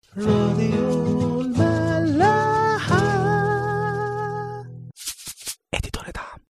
راديو الملاحة. اديتور دعم.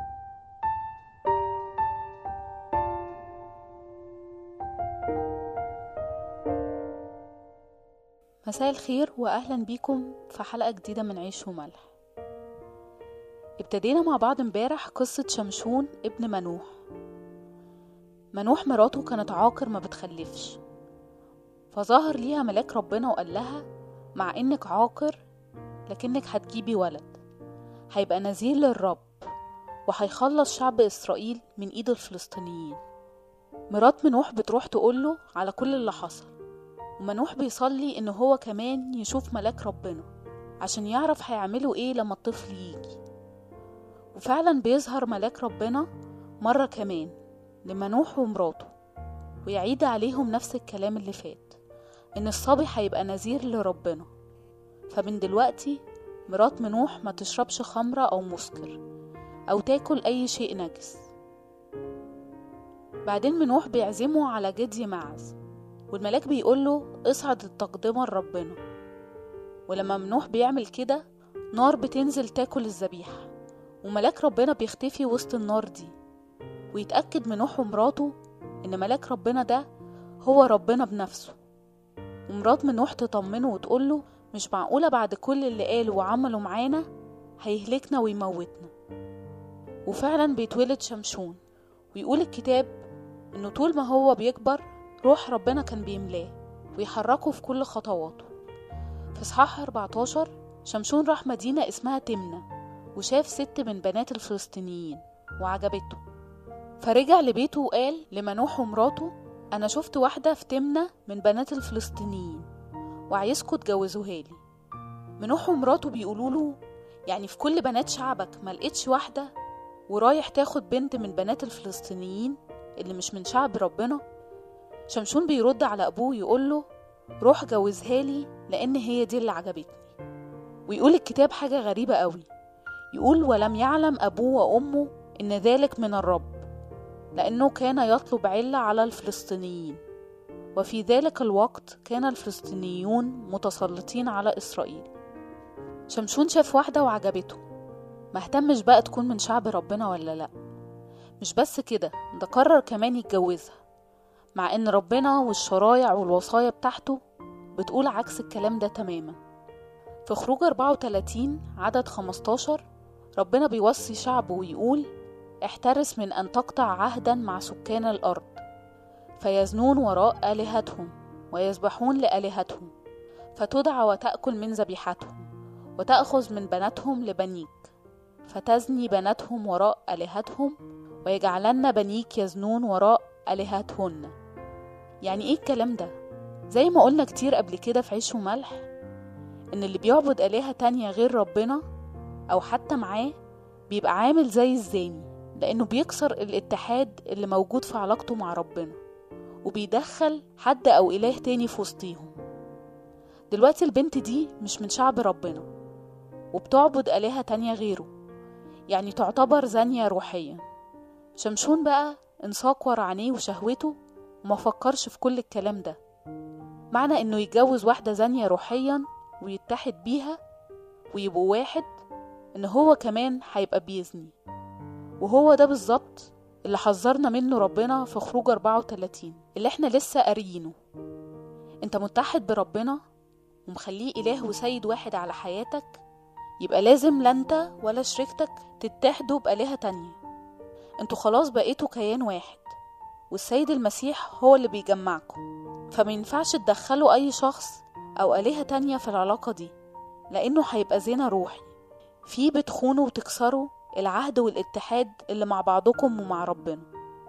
مساء الخير وأهلا بيكم في حلقة جديدة من عيش وملح. ابتدينا مع بعض امبارح قصة شمشون ابن منوح. منوح مراته كانت عاقر ما بتخلفش، فظهر ليها ملاك ربنا وقال لها مع انك عاقر لكنك هتجيبي ولد هيبقى نذير للرب وهيخلص شعب إسرائيل من ايد الفلسطينيين. مرات منوح بتروح تقوله على كل اللي حصل، ومنوح بيصلي انه هو كمان يشوف ملاك ربنا عشان يعرف هيعملوا ايه لما الطفل يجي. وفعلا بيظهر ملاك ربنا مرة كمان لمنوح ومراته ويعيد عليهم نفس الكلام اللي فات، ان الصبي هيبقى نذير لربنا. فمن دلوقتي مرات منوح ما تشربش خمرة او مسكر او تاكل اي شيء نجس. بعدين منوح بيعزمه على جدي معز، والملاك بيقوله اصعد التقدمة لربنا. ولما منوح بيعمل كده نار بتنزل تاكل الذبيحة، وملاك ربنا بيختفي وسط النار دي. ويتأكد منوح ومراته ان ملاك ربنا ده هو ربنا بنفسه. ومرات منوح تطمنه وتقوله مش معقولة بعد كل اللي قاله وعمله معانا هيهلكنا ويموتنا. وفعلا بيتولد شمشون، ويقول الكتاب انه طول ما هو بيكبر روح ربنا كان بيملاه ويحركه في كل خطواته. في إصحاح 14 شمشون راح مدينة اسمها تمنة وشاف ست من بنات الفلسطينيين وعجبته، فرجع لبيته وقال لمنوح ومراته أنا شفت واحدة في تمنة من بنات الفلسطينيين وعايزكوا تجوزوها لي. منوح ومراته بيقولوله يعني في كل بنات شعبك ما لقيتش واحدة ورايح تاخد بنت من بنات الفلسطينيين اللي مش من شعب ربنا؟ شمشون بيرد على أبوه يقوله روح جوزها لي لأن هي دي اللي عجبتني. ويقول الكتاب حاجة غريبة قوي، يقول ولم يعلم أبوه وأمه إن ذلك من الرب لأنه كان يطلب علة على الفلسطينيين، وفي ذلك الوقت كان الفلسطينيون متسلطين على إسرائيل. شمشون شاف واحدة وعجبته، ما اهتمش بقى تكون من شعب ربنا ولا لأ. مش بس كده، ده قرر كمان يتجوزها، مع ان ربنا والشرايع والوصايا بتاعته بتقول عكس الكلام ده تماما. في خروج 34 عدد 15 ربنا بيوصي شعبه ويقول احترس من ان تقطع عهدا مع سكان الارض فيزنون وراء آلهتهم ويذبحون لآلهتهم، فتدعى وتأكل من ذبيحتهم وتأخذ من بناتهم لبنيك، فتزني بناتهم وراء آلهتهم ويجعلن بنيك يزنون وراء آلهتهن. يعني ايه الكلام ده؟ زي ما قلنا كتير قبل كده في عيش وملح ان اللي بيعبد آلهة تانية غير ربنا او حتى معاه بيبقى عامل زي الزاني، لانه بيكسر الاتحاد اللي موجود في علاقته مع ربنا وبيدخل حد او اله تاني في وسطيهم. دلوقتي البنت دي مش من شعب ربنا وبتعبد آلهة تانية غيره، يعني تعتبر زانية روحيا. شمشون بقى انساق ورا عينيه وشهوته وما فكرش في كل الكلام ده. معنى انه يتجوز واحدة زانية روحيا ويتحد بيها ويبقوا واحد ان هو كمان هيبقى بيزني. وهو ده بالظبط اللي حذرنا منه ربنا في خروج 34 اللي احنا لسه قاريينه. انت متحد بربنا ومخليه اله وسيد واحد على حياتك، يبقى لازم لا انت ولا شريكتك تتحدوا بآلهة تانية. انتوا خلاص بقيتوا كيان واحد والسيد المسيح هو اللي بيجمعكم، فما ينفعش تدخلوا اي شخص او آلهة تانية في العلاقة دي، لانه هيبقى زنا روحي فيه بتخونوا وتكسروا العهد والاتحاد اللي مع بعضكم ومع ربنا.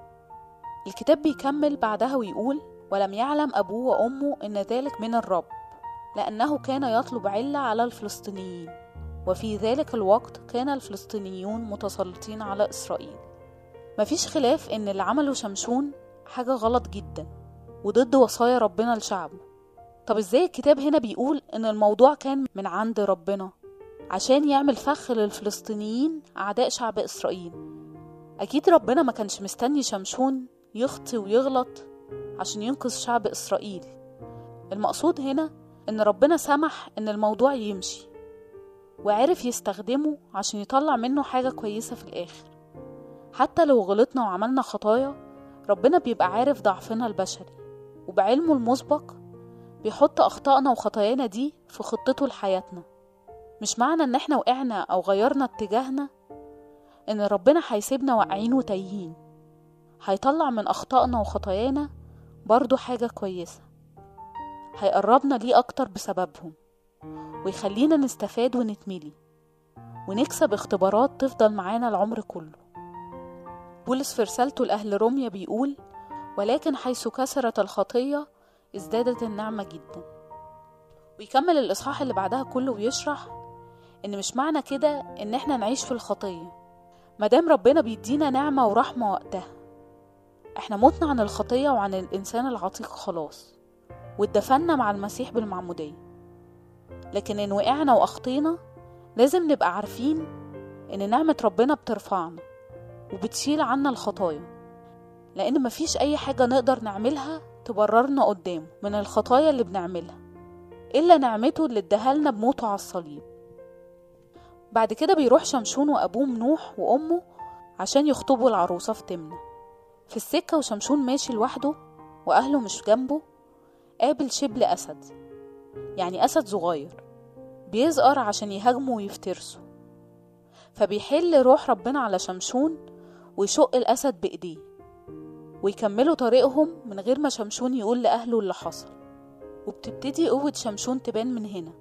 الكتاب بيكمل بعدها ويقول ولم يعلم أبوه وأمه إن ذلك من الرب لأنه كان يطلب علة على الفلسطينيين، وفي ذلك الوقت كان الفلسطينيون متسلطين على إسرائيل. مفيش خلاف إن اللي عمله شمشون حاجة غلط جدا وضد وصايا ربنا لشعبه. طب إزاي الكتاب هنا بيقول إن الموضوع كان من عند ربنا عشان يعمل فخ للفلسطينيين أعداء شعب إسرائيل؟ أكيد ربنا ما كانش مستني شمشون يخطي ويغلط عشان ينقذ شعب إسرائيل. المقصود هنا إن ربنا سمح إن الموضوع يمشي وعرف يستخدمه عشان يطلع منه حاجة كويسة في الآخر. حتى لو غلطنا وعملنا خطايا، ربنا بيبقى عارف ضعفنا البشري، وبعلمه المسبق بيحط أخطائنا وخطايانا دي في خطته لحياتنا. مش معنى إن احنا وقعنا أو غيرنا اتجاهنا إن ربنا هيسيبنا واقعين وتايهين. هيطلع من أخطائنا وخطايانا برضو حاجة كويسة، هيقربنا ليه أكتر بسببهم، ويخلينا نستفاد ونتملي ونكسب اختبارات تفضل معانا العمر كله. بولس في رسالته لأهل روميا بيقول: ولكن حيث كثرت الخطية ازدادت النعمة جدا. ويكمل الإصحاح اللي بعدها كله ويشرح إن مش معنى كده إن احنا نعيش في الخطية مادام ربنا بيدينا نعمة ورحمة وقتها. احنا متنا عن الخطية وعن الإنسان العتيق خلاص، واتدفنا مع المسيح بالمعمودية. لكن إن وقعنا وأخطينا لازم نبقى عارفين إن نعمة ربنا بترفعنا وبتشيل عنا الخطايا، لأن مفيش أي حاجة نقدر نعملها تبررنا قدامه من الخطايا اللي بنعملها إلا نعمته اللي ادهالنا بموته على الصليب. بعد كده بيروح شمشون وأبوه نوح وأمه عشان يخطبوا العروسة في تمنة. في السكة وشمشون ماشي لوحده وأهله مش جنبه، قابل شبل أسد، يعني أسد صغير بيزقر عشان يهاجمه ويفترسه. فبيحل روح ربنا على شمشون ويشق الأسد بإيديه، ويكملوا طريقهم من غير ما شمشون يقول لأهله اللي حصل. وبتبتدي قوة شمشون تبان من هنا،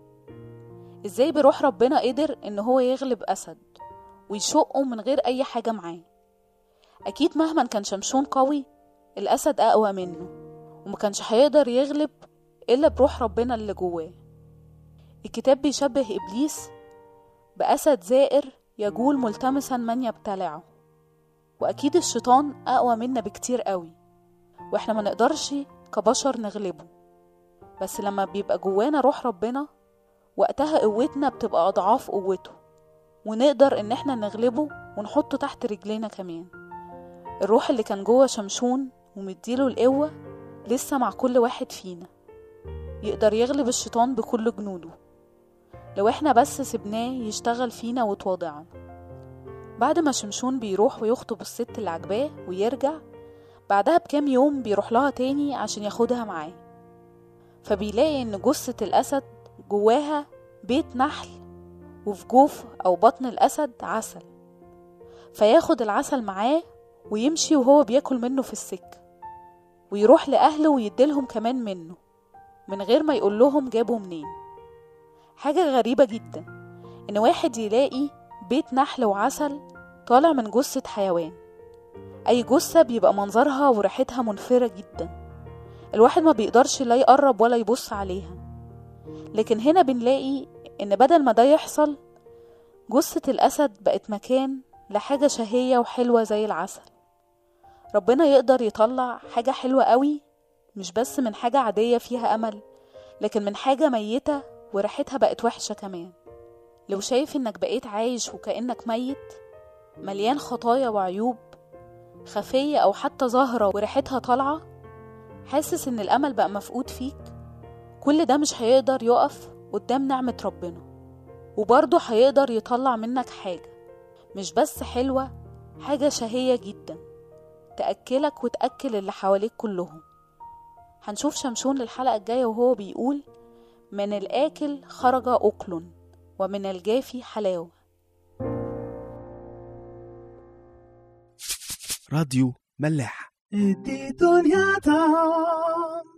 ازاي بروح ربنا قدر ان هو يغلب أسد ويشقه من غير أي حاجة معاه. أكيد مهما كان شمشون قوي، الأسد أقوى منه ومكانش هيقدر يغلب إلا بروح ربنا اللي جواه. الكتاب بيشبه إبليس بأسد زائر يجول ملتمسا من يبتلعه. وأكيد الشيطان أقوى منا بكتير قوي، وإحنا ما نقدرش كبشر نغلبه، بس لما بيبقى جوانا روح ربنا وقتها قوتنا بتبقى أضعاف قوته، ونقدر إن إحنا نغلبه ونحطه تحت رجلينا كمان. الروح اللي كان جوه شمشون ومديله القوة لسه مع كل واحد فينا، يقدر يغلب الشيطان بكل جنوده لو إحنا بس سبناه يشتغل فينا وتواضعنا. بعد ما شمشون بيروح ويخطب الست اللي عجباه ويرجع، بعدها بكام يوم بيروح لها تاني عشان ياخدها معاه. فبيلاقي إن جثة الأسد جواها بيت نحل، وفي جوف أو بطن الأسد عسل. فياخد العسل معاه ويمشي وهو بياكل منه في السكة، ويروح لأهله ويديلهم كمان منه من غير ما يقول لهم جابوا منين. حاجة غريبة جدا إن واحد يلاقي بيت نحل وعسل طالع من جثة حيوان. أي جثة بيبقى منظرها وريحتها منفرة جدا، الواحد ما بيقدرش لا يقرب ولا يبص عليها. لكن هنا بنلاقي إن بدل ما ده يحصل، جثة الأسد بقت مكان لحاجة شهية وحلوة زي العسل. ربنا يقدر يطلع حاجة حلوة قوي، مش بس من حاجة عادية فيها أمل، لكن من حاجة ميتة وريحتها بقت وحشة كمان. لو شايف إنك بقيت عايش وكأنك ميت، مليان خطايا وعيوب خفية أو حتى ظاهرة وريحتها طالعة، حاسس إن الأمل بقى مفقود فيك، كل ده مش هيقدر يقف قدام نعمة ربنا. وبرضه هيقدر يطلع منك حاجة مش بس حلوة، حاجة شهية جدا تأكلك وتأكل اللي حواليك كلهم. هنشوف شمشون للحلقة الجاية وهو بيقول: من الآكل خرج أكل ومن الجافي حلاوة. راديو ملاح. دي دنيا طعم.